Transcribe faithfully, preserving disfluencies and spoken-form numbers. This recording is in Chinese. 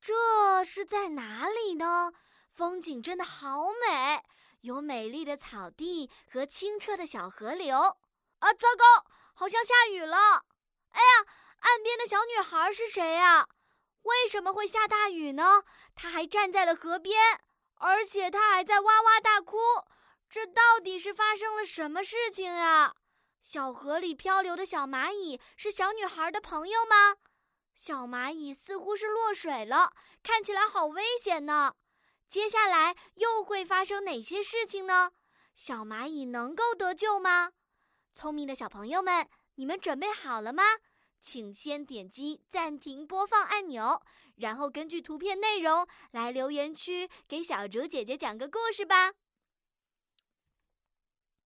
这是在哪里呢？风景真的好美，有美丽的草地和清澈的小河流。啊，糟糕，好像下雨了！哎呀，岸边的小女孩是谁呀？为什么会下大雨呢？她还站在了河边，而且她还在哇哇大哭。这到底是发生了什么事情呀？小河里漂流的小蚂蚁是小女孩的朋友吗？小蚂蚁似乎是落水了，看起来好危险呢。接下来又会发生哪些事情呢？小蚂蚁能够得救吗？聪明的小朋友们，你们准备好了吗？请先点击暂停播放按钮，然后根据图片内容来留言区给小竹姐姐讲个故事吧。